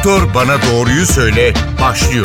Doktor Bana Doğruyu Söyle başlıyor.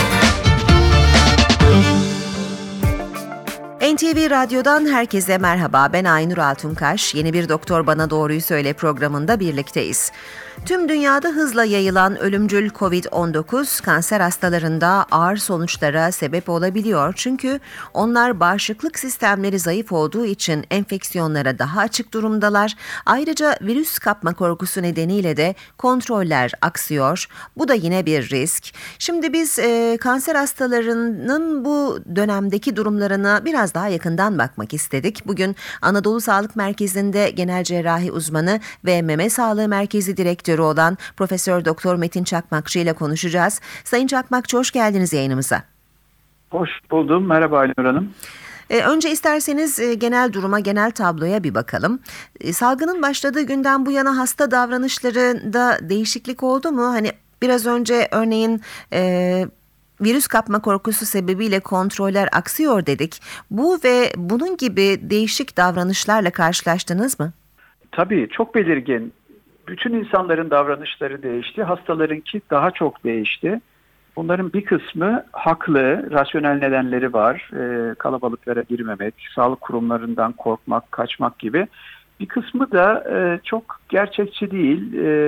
NTV Radyo'dan herkese merhaba. Ben Aynur Altunkaş. Yeni bir Doktor Bana Doğruyu Söyle programında birlikteyiz. Tüm dünyada hızla yayılan ölümcül COVID-19 kanser hastalarında ağır sonuçlara sebep olabiliyor. Çünkü onlar bağışıklık sistemleri zayıf olduğu için enfeksiyonlara daha açık durumdalar. Ayrıca virüs kapma korkusu nedeniyle de kontroller aksıyor. Bu da yine bir risk. Şimdi biz kanser hastalarının bu dönemdeki durumlarına biraz daha yakından bakmak istedik. Bugün Anadolu Sağlık Merkezi'nde genel cerrahi uzmanı ve meme sağlığı merkezi direktörü olan Profesör Doktor Metin Çakmakçı ile konuşacağız. Sayın Çakmakçı, hoş geldiniz yayınımıza. Hoş buldum. Merhaba Aynur Hanım. Önce isterseniz genel duruma, genel tabloya bir bakalım. Salgının başladığı günden bu yana hasta davranışlarında değişiklik oldu mu? Hani biraz önce örneğin virüs kapma korkusu sebebiyle kontroller aksıyor dedik. Bu ve bunun gibi değişik davranışlarla karşılaştınız mı? Tabii çok belirgin. Bütün insanların davranışları değişti. Hastalarınki daha çok değişti. Bunların bir kısmı haklı, rasyonel nedenleri var. Kalabalıklara girmemek, sağlık kurumlarından korkmak, kaçmak gibi. Bir kısmı da çok gerçekçi değil.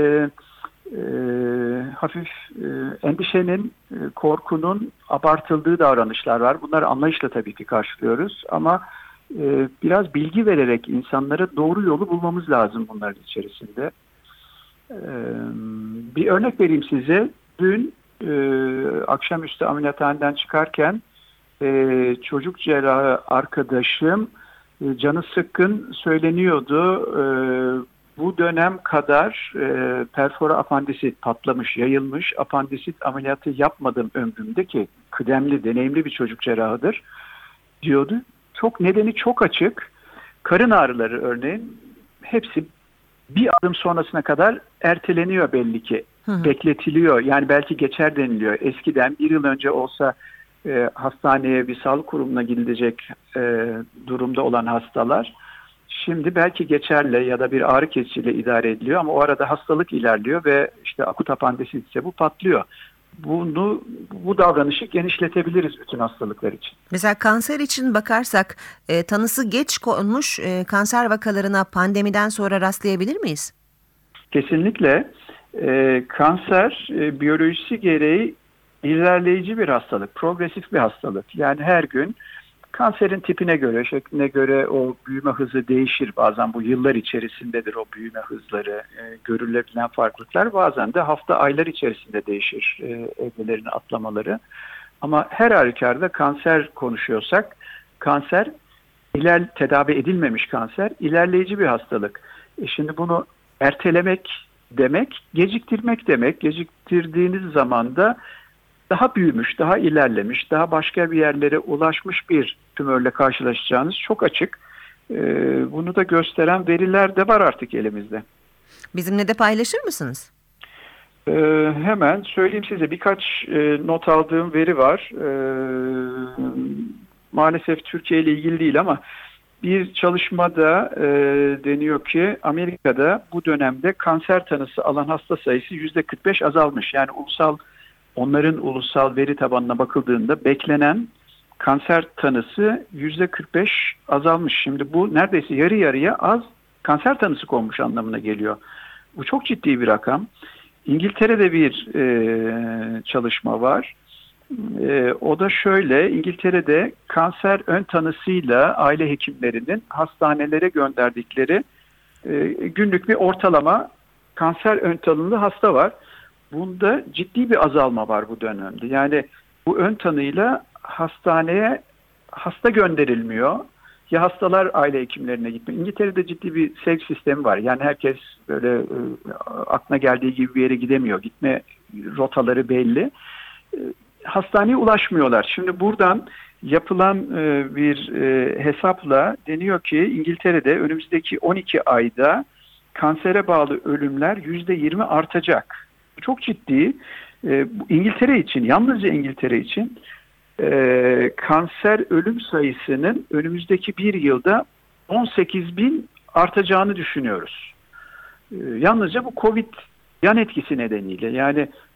Hafif endişenin, korkunun abartıldığı davranışlar var. Bunları anlayışla tabii ki karşılıyoruz. Ama biraz bilgi vererek insanlara doğru yolu bulmamız lazım bunların içerisinde. Bir örnek vereyim size. Dün akşamüstü ameliyathaneden çıkarken çocuk cerrahı arkadaşım canı sıkkın söyleniyordu. Bu dönem kadar perfora apandisit patlamış, yayılmış. Apandisit ameliyatı yapmadım ömrümde ki kıdemli, deneyimli bir çocuk cerrahıdır diyordu. Nedeni çok açık. Karın ağrıları örneğin hepsi bir adım sonrasına kadar erteleniyor belli ki. Bekletiliyor. Yani belki geçer deniliyor. Eskiden bir yıl önce olsa hastaneye, bir sağlık kurumuna gidilecek durumda olan hastalar şimdi belki geçerle ya da bir ağrı kesiciyle idare ediliyor ama o arada hastalık ilerliyor ve işte akut apandisit ise bu patlıyor. Bu davranışı genişletebiliriz bütün hastalıklar için. Mesela kanser için bakarsak tanısı geç konmuş kanser vakalarına pandemiden sonra rastlayabilir miyiz? Kesinlikle. Kanser biyolojisi gereği ilerleyici bir hastalık, progresif bir hastalık. Yani her gün kanserin tipine göre, şekline göre o büyüme hızı değişir. Bazen bu yıllar içerisindedir o büyüme hızları, görülebilen farklılıklar. Bazen de hafta, aylar içerisinde değişir evrelerin atlamaları. Ama her halükarda kanser konuşuyorsak, kanser tedavi edilmemiş kanser ilerleyici bir hastalık. Şimdi bunu ertelemek demek, geciktirmek demek. Geciktirdiğiniz zaman da daha büyümüş, daha ilerlemiş, daha başka bir yerlere ulaşmış bir tümörle karşılaşacağınız çok açık. Bunu da gösteren veriler de var artık elimizde. Bizimle de paylaşır mısınız? Hemen söyleyeyim size, birkaç not aldığım veri var. Maalesef Türkiye ile ilgili değil ama bir çalışmada deniyor ki Amerika'da bu dönemde kanser tanısı alan hasta sayısı %45 azalmış. Yani onların ulusal veri tabanına bakıldığında beklenen kanser tanısı %45 azalmış. Şimdi bu neredeyse yarı yarıya az kanser tanısı konmuş anlamına geliyor. Bu çok ciddi bir rakam. İngiltere'de bir çalışma var. O da şöyle, İngiltere'de kanser ön tanısıyla aile hekimlerinin hastanelere gönderdikleri günlük bir ortalama kanser ön tanılı hasta var. Bunda ciddi bir azalma var bu dönemde. Yani bu ön tanıyla hastaneye hasta gönderilmiyor. Ya hastalar aile hekimlerine gitmiyor. İngiltere'de ciddi bir sevk sistemi var. Yani herkes böyle aklına geldiği gibi bir yere gidemiyor. Gitme rotaları belli. Hastaneye ulaşmıyorlar. Şimdi buradan yapılan bir hesapla deniyor ki İngiltere'de önümüzdeki 12 ayda kansere bağlı ölümler %20 artacak. Çok ciddi. İngiltere için, yalnızca İngiltere için kanser ölüm sayısının önümüzdeki bir yılda 18.000 artacağını düşünüyoruz. Yalnızca bu Covid yan etkisi nedeniyle. Yani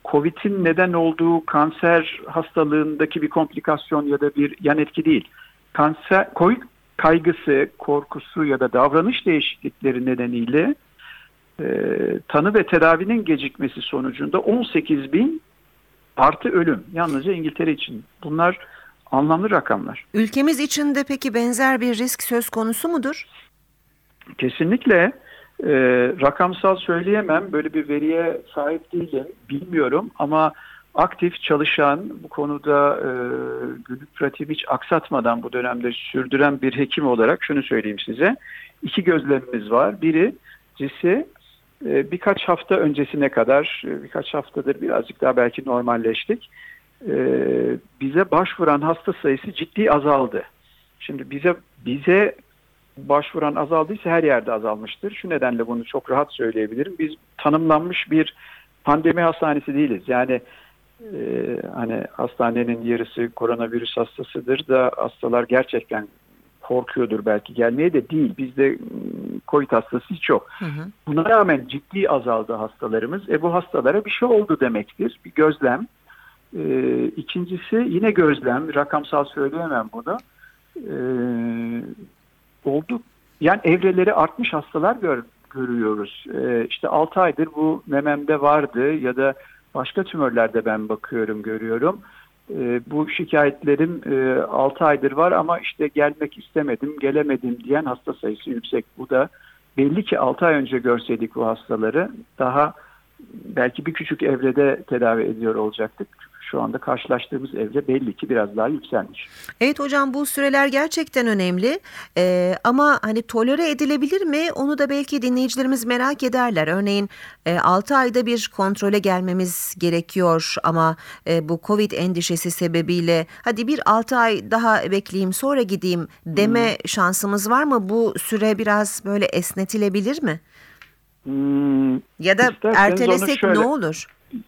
COVID'in neden olduğu kanser hastalığındaki bir komplikasyon ya da bir yan etki değil. COVID kaygısı, korkusu ya da davranış değişiklikleri nedeniyle tanı ve tedavinin gecikmesi sonucunda 18.000 artı ölüm. Yalnızca İngiltere için. Bunlar anlamlı rakamlar. Ülkemiz için de peki benzer bir risk söz konusu mudur? Kesinlikle. Rakamsal söyleyemem. Böyle bir veriye sahip değilim. Bilmiyorum ama aktif çalışan, bu konuda günlük pratiği hiç aksatmadan bu dönemde sürdüren bir hekim olarak şunu söyleyeyim size. 2 gözlemimiz var. Birincisi birkaç hafta öncesine kadar, birkaç haftadır birazcık daha belki normalleştik. Bize başvuran hasta sayısı ciddi azaldı. Şimdi bize başvuran azaldıysa her yerde azalmıştır. Şu nedenle bunu çok rahat söyleyebilirim. Biz tanımlanmış bir pandemi hastanesi değiliz. Yani hani hastanenin yarısı koronavirüs hastasıdır da hastalar gerçekten korkuyordur belki gelmeye de değil. Bizde COVID hastası çok. Buna rağmen ciddi azaldı hastalarımız. Bu hastalara bir şey oldu demektir. Bir gözlem. İkincisi yine gözlem. Rakamsal söyleyemem bunu. Oldu. Yani evreleri artmış hastalar görüyoruz. İşte 6 aydır bu mememde vardı ya da başka tümörlerde ben bakıyorum, görüyorum. Bu şikayetlerim 6 aydır var ama işte gelmek istemedim, gelemedim diyen hasta sayısı yüksek. Bu da belli ki 6 ay önce görseydik bu hastaları daha belki bir küçük evrede tedavi ediyor olacaktık. Şu anda karşılaştığımız evre belli ki biraz daha yükselmiş. Evet hocam, bu süreler gerçekten önemli ama hani tolere edilebilir mi? Onu da belki dinleyicilerimiz merak ederler. Örneğin 6 ayda bir kontrole gelmemiz gerekiyor ama bu COVID endişesi sebebiyle hadi bir 6 ay daha bekleyeyim sonra gideyim deme şansımız var mı? Bu süre biraz böyle esnetilebilir mi? Ya da ertelesek ne olur?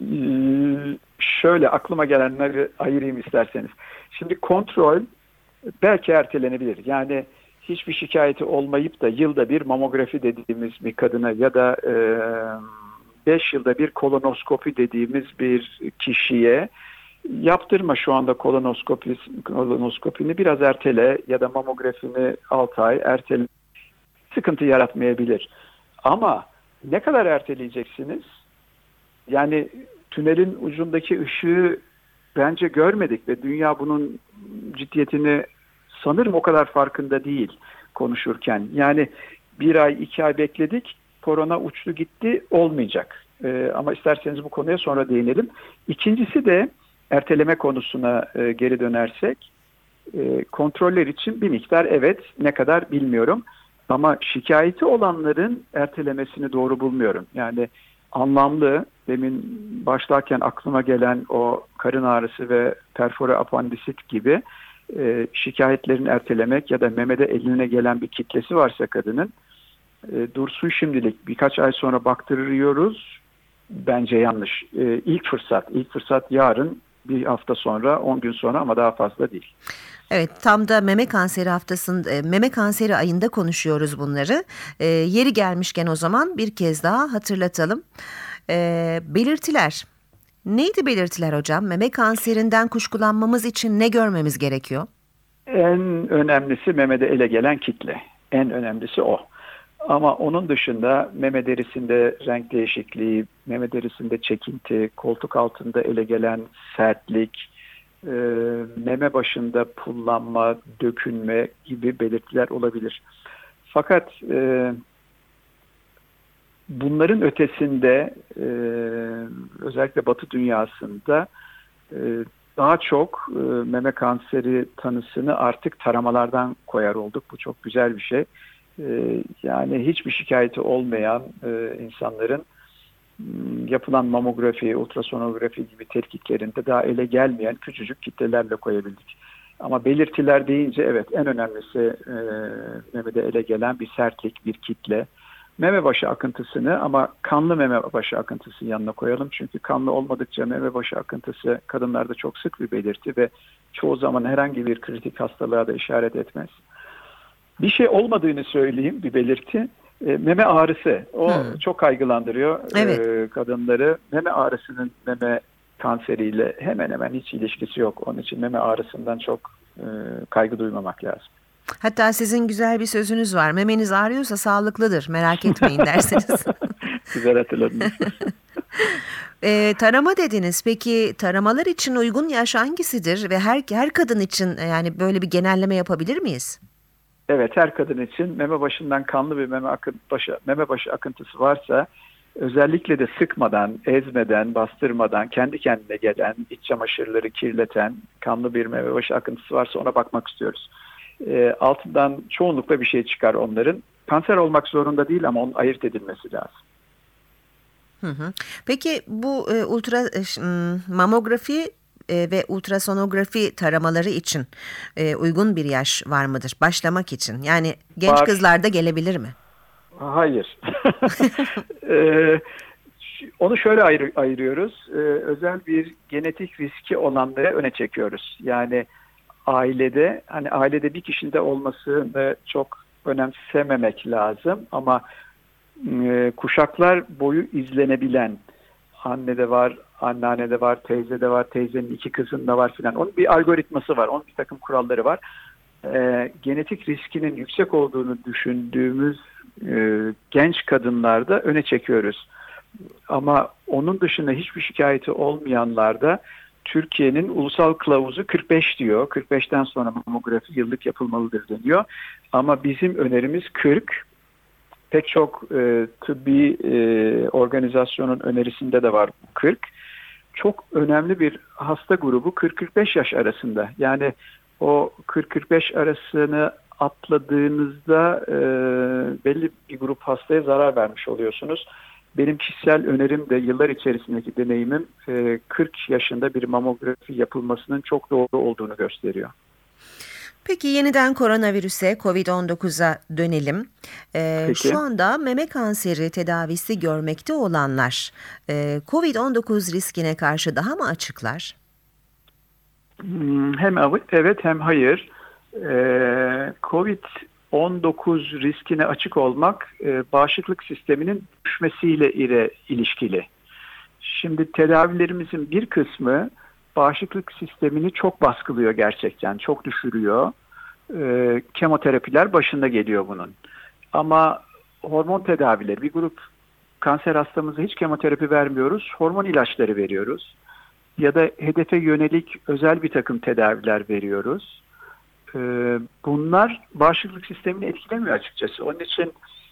Şöyle aklıma gelenleri ayırayım isterseniz. Şimdi kontrol belki ertelenebilir. Yani hiçbir şikayeti olmayıp da yılda bir mamografi dediğimiz bir kadına ya da 5 yılda bir kolonoskopi dediğimiz bir kişiye yaptırma şu anda kolonoskopini biraz ertele ya da mamografini 6 ay ertele. Sıkıntı yaratmayabilir. Ama ne kadar erteleyeceksiniz? Yani tünelin ucundaki ışığı bence görmedik ve dünya bunun ciddiyetini sanırım o kadar farkında değil konuşurken. Yani 1 ay 2 ay bekledik, korona uçtu gitti, olmayacak. Ama isterseniz bu konuya sonra değinelim. İkincisi de erteleme konusuna geri dönersek kontroller için bir miktar evet, ne kadar bilmiyorum. Ama şikayeti olanların ertelemesini doğru bulmuyorum. Yani anlamlı, demin başlarken aklıma gelen o karın ağrısı ve perfore apandisit gibi şikayetlerini ertelemek ya da memede eline gelen bir kitlesi varsa kadının dursun şimdilik birkaç ay sonra baktırıyoruz. Bence yanlış. İlk fırsat yarın, bir hafta sonra, 10 gün sonra ama daha fazla değil. Evet, tam da meme kanseri meme kanseri ayında konuşuyoruz bunları. Yeri gelmişken o zaman bir kez daha hatırlatalım. Belirtiler. Neydi belirtiler hocam? Meme kanserinden kuşkulanmamız için ne görmemiz gerekiyor? En önemlisi memede ele gelen kitle. En önemlisi o. Ama onun dışında meme derisinde renk değişikliği, meme derisinde çekinti, koltuk altında ele gelen sertlik, meme başında pullanma, dökünme gibi belirtiler olabilir. Fakat bunların ötesinde özellikle Batı dünyasında daha çok meme kanseri tanısını artık taramalardan koyar olduk. Bu çok güzel bir şey. Yani hiçbir şikayeti olmayan insanların yapılan mamografi, ultrasonografi gibi tetkiklerinde daha ele gelmeyen küçücük kitlelerle koyabildik. Ama belirtiler deyince evet, en önemlisi memede ele gelen bir sertlik, bir kitle. Meme başı akıntısını ama kanlı meme başı akıntısının yanına koyalım. Çünkü kanlı olmadıkça meme başı akıntısı kadınlarda çok sık bir belirti ve çoğu zaman herhangi bir kritik hastalığa da işaret etmez. Bir şey olmadığını söyleyeyim, bir belirti. Meme ağrısı. O çok kaygılandırıyor evet. Kadınları. Meme ağrısının meme kanseriyle hemen hemen hiç ilişkisi yok. Onun için meme ağrısından çok kaygı duymamak lazım. Hatta sizin güzel bir sözünüz var. Memeniz ağrıyorsa sağlıklıdır, merak etmeyin dersiniz. Güzel hatırladınız. Tarama dediniz. Peki taramalar için uygun yaş hangisidir ve her kadın için yani böyle bir genelleme yapabilir miyiz? Evet, her kadın için meme başından kanlı bir meme başı akıntısı varsa, özellikle de sıkmadan, ezmeden, bastırmadan, kendi kendine gelen, iç çamaşırları kirleten kanlı bir meme başı akıntısı varsa ona bakmak istiyoruz. Altından çoğunlukla bir şey çıkar onların. Kanser olmak zorunda değil ama onun ayırt edilmesi lazım. Peki bu mamografi ve ultrasonografi taramaları için uygun bir yaş var mıdır başlamak için? Yani genç kızlar da gelebilir mi? Hayır. Onu şöyle ayırıyoruz. Özel bir genetik riski olanları öne çekiyoruz. Yani ailede bir kişinin de olmasını çok önemsememek lazım ama kuşaklar boyu izlenebilen, annede var, anneannede var, teyzede var, teyzenin 2 kızında var filan. Onun bir algoritması var, onun bir takım kuralları var. Genetik riskinin yüksek olduğunu düşündüğümüz genç kadınlarda öne çekiyoruz. Ama onun dışında hiçbir şikayeti olmayanlarda Türkiye'nin ulusal kılavuzu 45 diyor. 45'ten sonra mamografi yıllık yapılmalıdır deniyor. Ama bizim önerimiz 40. Pek çok tıbbi organizasyonun önerisinde de var 40. Çok önemli bir hasta grubu 40-45 yaş arasında. Yani o 40-45 arasını atladığınızda belli bir grup hastaya zarar vermiş oluyorsunuz. Benim kişisel önerim de yıllar içerisindeki deneyimim 40 yaşında bir mamografi yapılmasının çok doğru olduğunu gösteriyor. Peki yeniden koronavirüse, COVID-19'a dönelim. Şu anda meme kanseri tedavisi görmekte olanlar COVID-19 riskine karşı daha mı açıklar? Hem evet hem hayır. COVID-19 riskine açık olmak bağışıklık sisteminin düşmesiyle ilişkili. Şimdi tedavilerimizin bir kısmı bağışıklık sistemini çok baskılıyor gerçekten, çok düşürüyor. Kemoterapiler başında geliyor bunun. Ama hormon tedavileri, bir grup kanser hastamıza hiç kemoterapi vermiyoruz, hormon ilaçları veriyoruz. Ya da hedefe yönelik özel bir takım tedaviler veriyoruz. Bunlar bağışıklık sistemini etkilemiyor açıkçası. Onun için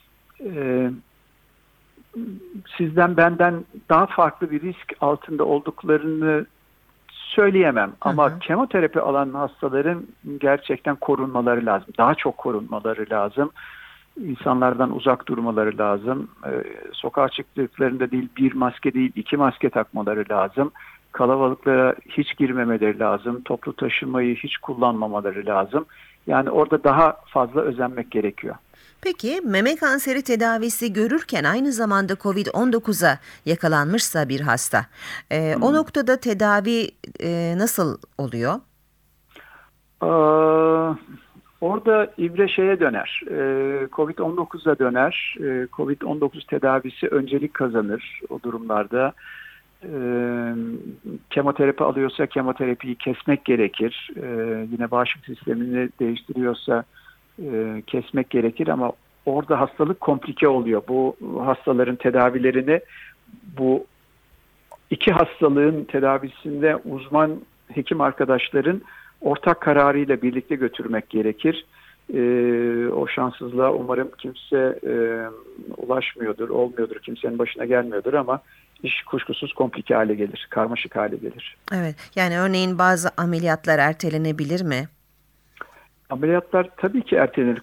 sizden benden daha farklı bir risk altında olduklarını söyleyemem. Ama kemoterapi alan hastaların gerçekten korunmaları lazım. Daha çok korunmaları lazım. İnsanlardan uzak durmaları lazım. Sokağa çıktıklarında değil, bir maske değil 2 maske takmaları lazım. Kalabalıklara hiç girmemeleri lazım. Toplu taşımayı hiç kullanmamaları lazım. Yani orada daha fazla özenmek gerekiyor. Peki meme kanseri tedavisi görürken aynı zamanda COVID-19'a yakalanmışsa bir hasta, o noktada tedavi nasıl oluyor? Orada ibre şeye döner, COVID-19'a döner. COVID-19 tedavisi öncelik kazanır o durumlarda. Kemoterapi alıyorsa kemoterapiyi kesmek gerekir. Yine bağışıklık sistemini değiştiriyorsa kesmek gerekir ama orada hastalık komplike oluyor. Bu hastaların tedavilerini bu 2 hastalığın tedavisinde uzman hekim arkadaşların ortak kararıyla birlikte götürmek gerekir. O şanssızlığa umarım kimse olmuyordur, kimsenin başına gelmiyordur ama iş kuşkusuz komplike hale gelir, karmaşık hale gelir. Evet, yani örneğin bazı ameliyatlar ertelenebilir mi? Ameliyatlar tabii ki ertelenir.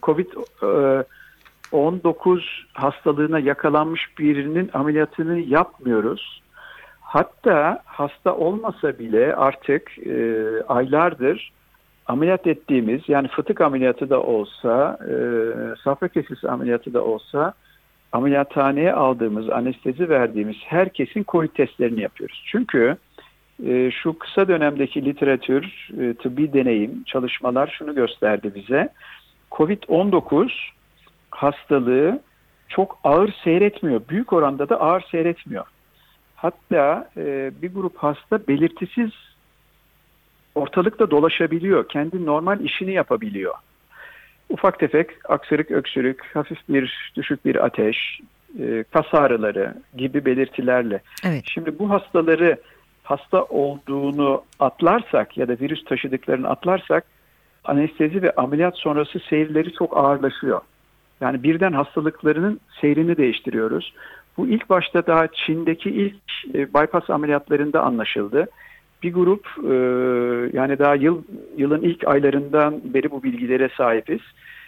Covid-19 hastalığına yakalanmış birinin ameliyatını yapmıyoruz. Hatta hasta olmasa bile artık aylardır ameliyat ettiğimiz, yani fıtık ameliyatı da olsa, safra kesesi ameliyatı da olsa ameliyathaneye aldığımız, anestezi verdiğimiz herkesin COVID testlerini yapıyoruz. Çünkü şu kısa dönemdeki literatür, tıbbi deneyim, çalışmalar şunu gösterdi bize. COVID-19 hastalığı çok ağır seyretmiyor. Büyük oranda da ağır seyretmiyor. Hatta bir grup hasta belirtisiz ortalıkta dolaşabiliyor. Kendi normal işini yapabiliyor. Ufak tefek aksırık, öksürük, hafif bir düşük bir ateş, kas ağrıları gibi belirtilerle. Evet. Şimdi bu hastaları hasta olduğunu atlarsak ya da virüs taşıdıklarını atlarsak anestezi ve ameliyat sonrası seyirleri çok ağırlaşıyor. Yani birden hastalıklarının seyrini değiştiriyoruz. Bu ilk başta daha Çin'deki ilk bypass ameliyatlarında anlaşıldı. Bir grup yani daha yılın ilk aylarından beri bu bilgilere sahibiz.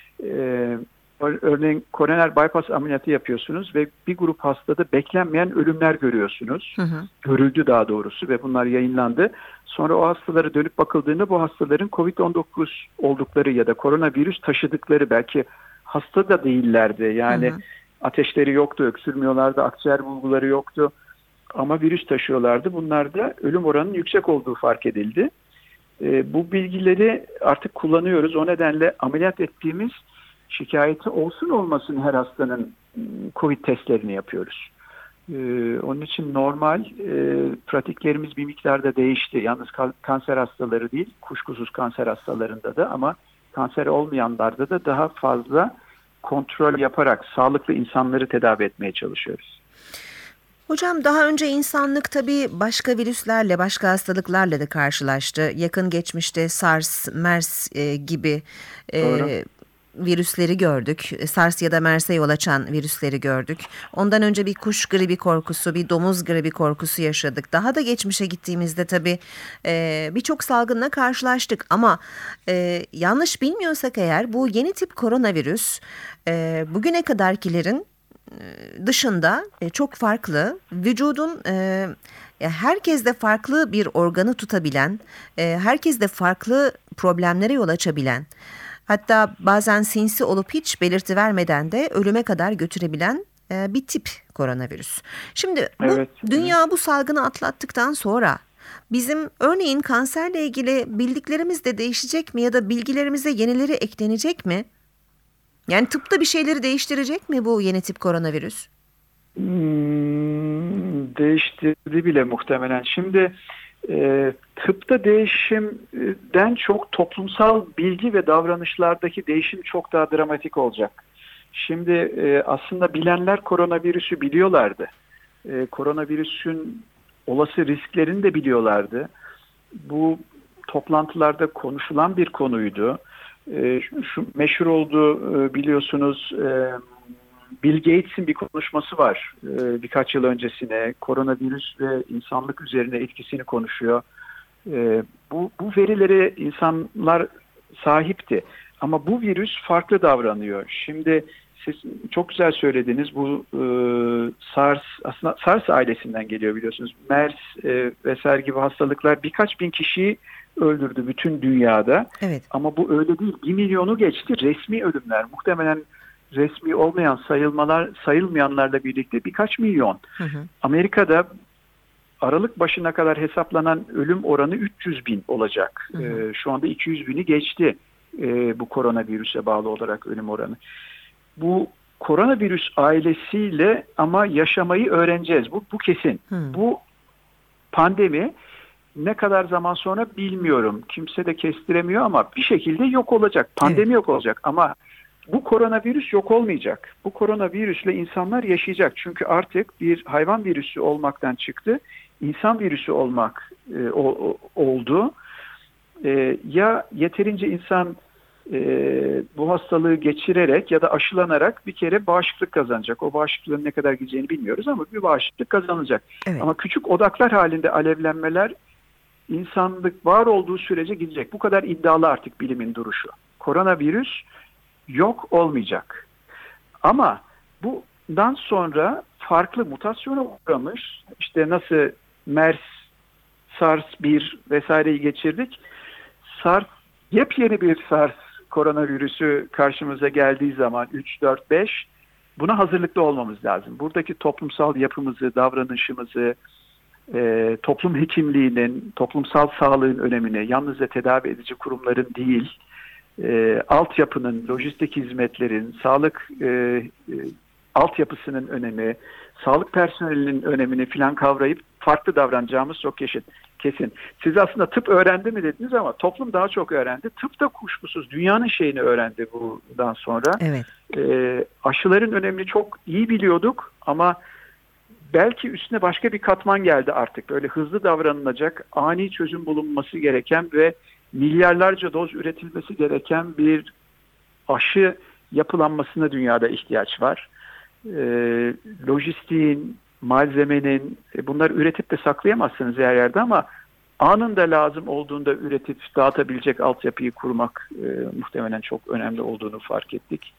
Örneğin koroner bypass ameliyatı yapıyorsunuz ve bir grup hastada beklenmeyen ölümler görüyorsunuz. Görüldü daha doğrusu ve bunlar yayınlandı. Sonra o hastalara dönüp bakıldığında bu hastaların COVID-19 oldukları ya da koronavirüs taşıdıkları, belki hasta da değillerdi. Yani ateşleri yoktu, öksürmüyorlardı, akciğer bulguları yoktu. Ama virüs taşıyorlardı. Bunlarda ölüm oranının yüksek olduğu fark edildi. Bu bilgileri artık kullanıyoruz. O nedenle ameliyat ettiğimiz şikayeti olsun olmasın her hastanın COVID testlerini yapıyoruz. Onun için normal pratiklerimiz bir miktarda değişti. Yalnız kanser hastaları değil, kuşkusuz kanser hastalarında da ama kanser olmayanlarda da daha fazla kontrol yaparak sağlıklı insanları tedavi etmeye çalışıyoruz. Hocam, daha önce insanlık tabii başka virüslerle, başka hastalıklarla da karşılaştı. Yakın geçmişte SARS, MERS gibi virüsleri gördük. SARS ya da MERS'e yol açan virüsleri gördük. Ondan önce bir kuş gribi korkusu, bir domuz gribi korkusu yaşadık. Daha da geçmişe gittiğimizde tabii birçok salgınla karşılaştık. Ama yanlış bilmiyorsak eğer bu yeni tip koronavirüs bugüne kadarkilerin dışında çok farklı, vücudun herkeste farklı bir organı tutabilen, herkeste farklı problemlere yol açabilen, hatta bazen sinsi olup hiç belirti vermeden de ölüme kadar götürebilen bir tip koronavirüs. Şimdi dünya bu salgını atlattıktan sonra bizim örneğin kanserle ilgili bildiklerimiz de değişecek mi ya da bilgilerimize yenileri eklenecek mi? Yani tıpta bir şeyleri değiştirecek mi bu yeni tip koronavirüs? Değiştirdi bile muhtemelen. Şimdi tıpta değişimden çok toplumsal bilgi ve davranışlardaki değişim çok daha dramatik olacak. Şimdi aslında bilenler koronavirüsü biliyorlardı. Koronavirüsün olası risklerini de biliyorlardı. Bu toplantılarda konuşulan bir konuydu. Şu meşhur oldu biliyorsunuz, Bill Gates'in bir konuşması var birkaç yıl öncesine. Koronavirüs ve insanlık üzerine etkisini konuşuyor. Bu verilere insanlar sahipti. Ama bu virüs farklı davranıyor. Şimdi siz çok güzel söylediniz. Bu SARS, aslında SARS ailesinden geliyor biliyorsunuz. MERS vesaire gibi hastalıklar birkaç bin kişiyi öldürdü bütün dünyada. Evet. Ama bu öyle değil. 1 milyonu geçti resmi ölümler. Muhtemelen resmi olmayan sayılmayanlarla birlikte birkaç milyon. Amerika'da Aralık başına kadar hesaplanan ölüm oranı 300 bin olacak. Şu anda 200 bini geçti bu koronavirüse bağlı olarak ölüm oranı. Bu koronavirüs ailesiyle ama yaşamayı öğreneceğiz. Bu kesin. Bu pandemi ne kadar zaman sonra bilmiyorum. Kimse de kestiremiyor ama bir şekilde yok olacak. Pandemi yok olacak ama bu koronavirüs yok olmayacak. Bu koronavirüsle insanlar yaşayacak. Çünkü artık bir hayvan virüsü olmaktan çıktı. İnsan virüsü oldu. Ya yeterince insan bu hastalığı geçirerek ya da aşılanarak bir kere bağışıklık kazanacak. O bağışıklığın ne kadar gideceğini bilmiyoruz ama bir bağışıklık kazanılacak. Evet. Ama küçük odaklar halinde alevlenmeler insanlık var olduğu sürece gidecek. Bu kadar iddialı artık bilimin duruşu. Koronavirüs yok olmayacak. Ama bundan sonra farklı mutasyona uğramış, işte nasıl MERS, SARS-1 vesaireyi geçirdik. Yepyeni bir SARS koronavirüsü karşımıza geldiği zaman 3, 4, 5 buna hazırlıklı olmamız lazım. Buradaki toplumsal yapımızı, davranışımızı, toplum hekimliğinin, toplumsal sağlığın önemini, yalnızca tedavi edici kurumların değil, altyapının, lojistik hizmetlerin, sağlık altyapısının önemi, sağlık personelinin önemini falan kavrayıp farklı davranacağımız çok kesin. Siz aslında tıp öğrendi mi dediniz ama toplum daha çok öğrendi. Tıp da kuşkusuz dünyanın şeyini öğrendi bundan sonra. Evet. Aşıların önemini çok iyi biliyorduk ama belki üstüne başka bir katman geldi artık. Böyle hızlı davranılacak, ani çözüm bulunması gereken ve milyarlarca doz üretilmesi gereken bir aşı yapılanmasına dünyada ihtiyaç var. Lojistiğin, malzemenin, bunları üretip de saklayamazsınız her yerde ama anında lazım olduğunda üretip dağıtabilecek altyapıyı kurmak muhtemelen çok önemli olduğunu fark ettik.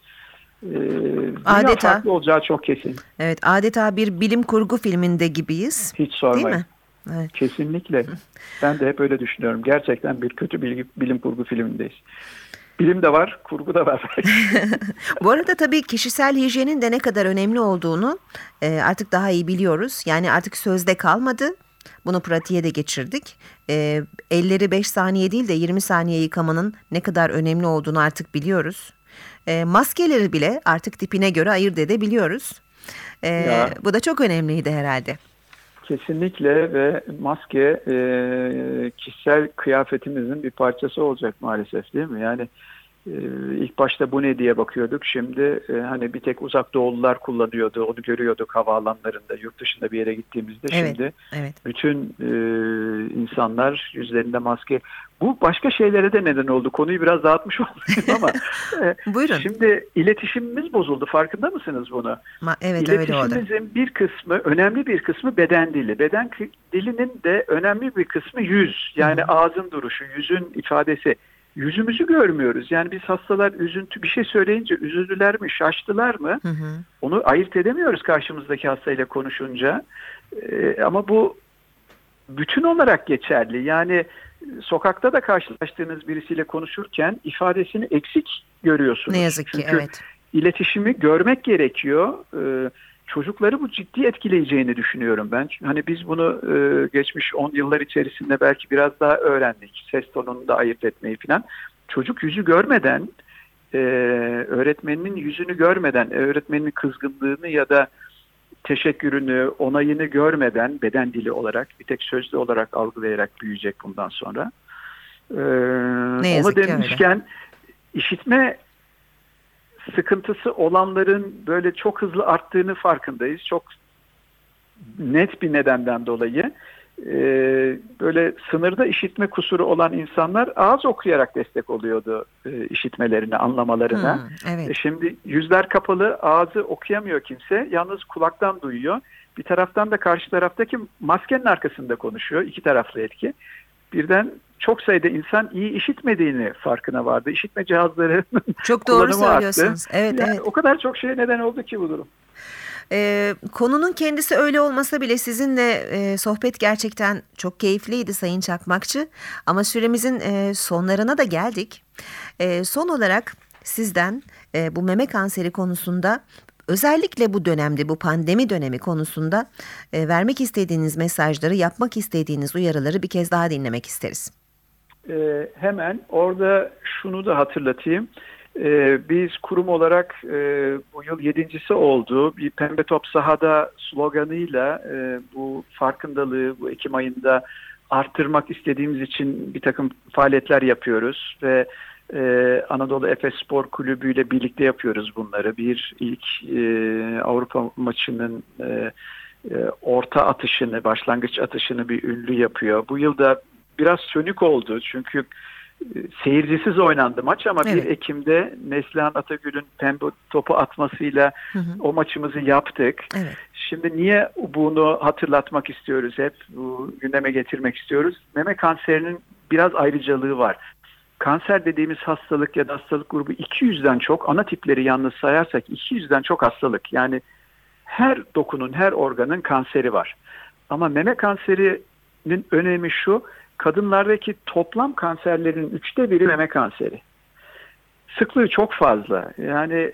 Dünya farklı olacağı çok kesin. Evet, adeta bir bilim kurgu filminde gibiyiz. Hiç sormayın. Değil mi? Evet. Kesinlikle. Ben de hep öyle düşünüyorum. Gerçekten bir kötü bilim kurgu filmindeyiz. Bilim de var, kurgu da var. Bu arada tabii kişisel hijyenin de ne kadar önemli olduğunu artık daha iyi biliyoruz. Yani artık sözde kalmadı. Bunu pratiğe de geçirdik. Elleri 5 saniye değil de 20 saniye yıkamanın ne kadar önemli olduğunu artık biliyoruz. Maskeleri bile artık tipine göre ayırt edebiliyoruz. Bu da çok önemliydi herhalde. Kesinlikle ve maske kişisel kıyafetimizin bir parçası olacak maalesef, değil mi? Yani ilk başta bu ne diye bakıyorduk. Şimdi hani bir tek uzak doğulular kullanıyordu. Onu görüyorduk havaalanlarında, yurt dışında bir yere gittiğimizde. Evet, Şimdi evet. bütün insanlar yüzlerinde maske. Bu başka şeylere de neden oldu. Konuyu biraz dağıtmış oldum ama Buyurun. şimdi iletişimimiz bozuldu. Farkında mısınız bunu? Evet, öyle oldu. İletişimimizin bir kısmı, önemli bir kısmı beden dili. Beden dilinin de önemli bir kısmı yüz. Yani ağzın duruşu, yüzün ifadesi. Yüzümüzü görmüyoruz. Yani biz hastalar bir şey söyleyince üzüldüler mi, şaştılar mı? Onu ayırt edemiyoruz karşımızdaki hastayla konuşunca. Ama bu bütün olarak geçerli. Yani sokakta da karşılaştığınız birisiyle konuşurken ifadesini eksik görüyorsunuz. Ne yazık ki, çünkü evet. iletişimi görmek gerekiyor. Çocukları bu ciddi etkileyeceğini düşünüyorum ben. Hani biz bunu geçmiş 10 yıllar içerisinde belki biraz daha öğrendik. Ses tonunu da ayırt etmeyi falan. Çocuk yüzü görmeden, öğretmeninin yüzünü görmeden, öğretmeninin kızgınlığını ya da teşekkürünü, onayını görmeden beden dili olarak, bir tek sözlü olarak algılayarak büyüyecek bundan sonra. Onu demişken işitme sıkıntısı olanların böyle çok hızlı arttığını farkındayız. Çok net bir nedenden dolayı. Böyle sınırda işitme kusuru olan insanlar ağız okuyarak destek oluyordu işitmelerine, anlamalarına. Evet. Şimdi yüzler kapalı, ağzı okuyamıyor kimse. Yalnız kulaktan duyuyor. Bir taraftan da karşı taraftaki maskenin arkasında konuşuyor. İki taraflı etki. Birden çok sayıda insan iyi işitmediğini farkına vardı. İşitme cihazları çok doğru söylüyorsunuz. Evet, yani evet. O kadar çok şeye neden oldu ki bu durum. Konunun kendisi öyle olmasa bile sizinle sohbet gerçekten çok keyifliydi Sayın Çakmakçı. Ama süremizin sonlarına da geldik. Son olarak sizden bu meme kanseri konusunda, özellikle bu dönemde, bu pandemi dönemi konusunda vermek istediğiniz mesajları, yapmak istediğiniz uyarıları bir kez daha dinlemek isteriz. Hemen orada şunu da hatırlatayım. Biz kurum olarak bu yıl 7.'si oldu. Bir Pembe Top Sahada sloganıyla bu farkındalığı bu Ekim ayında arttırmak istediğimiz için bir takım faaliyetler yapıyoruz ve Anadolu Efes Spor Kulübü ile birlikte yapıyoruz bunları. İlk Avrupa maçının orta atışını, başlangıç atışını bir ünlü yapıyor. Bu yılda biraz sönük oldu çünkü seyircisiz oynandı maç ama evet. 1 Ekim'de Neslihan Atagül'ün pembe topu atmasıyla o maçımızı yaptık. Evet. Şimdi niye bunu hatırlatmak istiyoruz hep, bu gündeme getirmek istiyoruz? Meme kanserinin biraz ayrıcalığı var. Kanser dediğimiz hastalık ya da hastalık grubu 200'den çok, ana tipleri yalnız sayarsak 200'den çok hastalık. Yani her dokunun, her organın kanseri var. Ama meme kanserinin önemi şu: kadınlardaki toplam kanserlerin 1/3 meme kanseri. Sıklığı çok fazla. Yani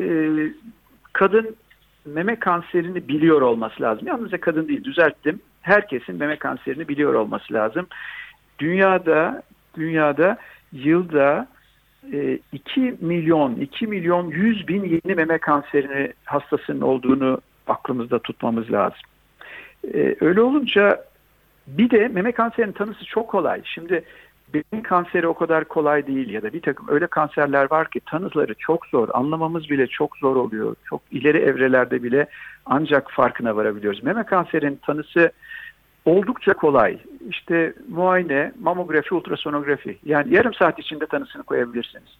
kadın meme kanserini biliyor olması lazım. Yalnızca kadın değil, düzelttim. Herkesin meme kanserini biliyor olması lazım. Dünyada yılda 2 milyon 100 bin yeni meme kanseri hastasının olduğunu aklımızda tutmamız lazım. Öyle olunca bir de meme kanserinin tanısı çok kolay. Şimdi beyin kanseri o kadar kolay değil ya da bir takım öyle kanserler var ki tanıları çok zor. Anlamamız bile çok zor oluyor. Çok ileri evrelerde bile ancak farkına varabiliyoruz. Meme kanserinin tanısı oldukça kolay. İşte muayene, mamografi, ultrasonografi. Yani yarım saat içinde tanısını koyabilirsiniz.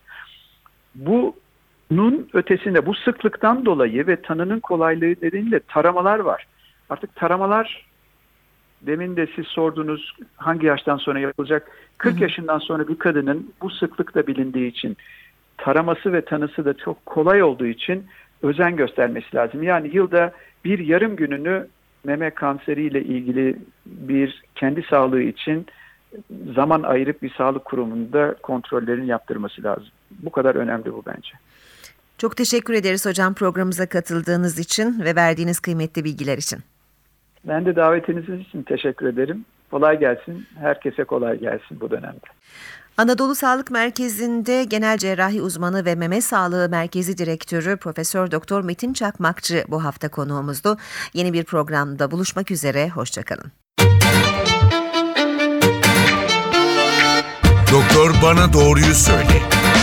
Bunun ötesinde bu sıklıktan dolayı ve tanının kolaylığı nedeniyle taramalar var. Artık taramalar, demin de siz sordunuz hangi yaştan sonra yapılacak? 40 yaşından sonra bir kadının bu sıklıkla bilindiği için, taraması ve tanısı da çok kolay olduğu için özen göstermesi lazım. Yani yılda bir yarım gününü meme kanseriyle ilgili bir kendi sağlığı için zaman ayırıp bir sağlık kurumunda kontrollerini yaptırması lazım. Bu kadar önemli bu bence. Çok teşekkür ederiz hocam programımıza katıldığınız için ve verdiğiniz kıymetli bilgiler için. Ben de davetiniz için teşekkür ederim. Kolay gelsin. Herkese kolay gelsin bu dönemde. Anadolu Sağlık Merkezi'nde genel cerrahi uzmanı ve meme sağlığı merkezi direktörü Profesör Doktor Metin Çakmakçı bu hafta konuğumuzdu. Yeni bir programda buluşmak üzere. Hoşçakalın. Doktor bana doğruyu söyle.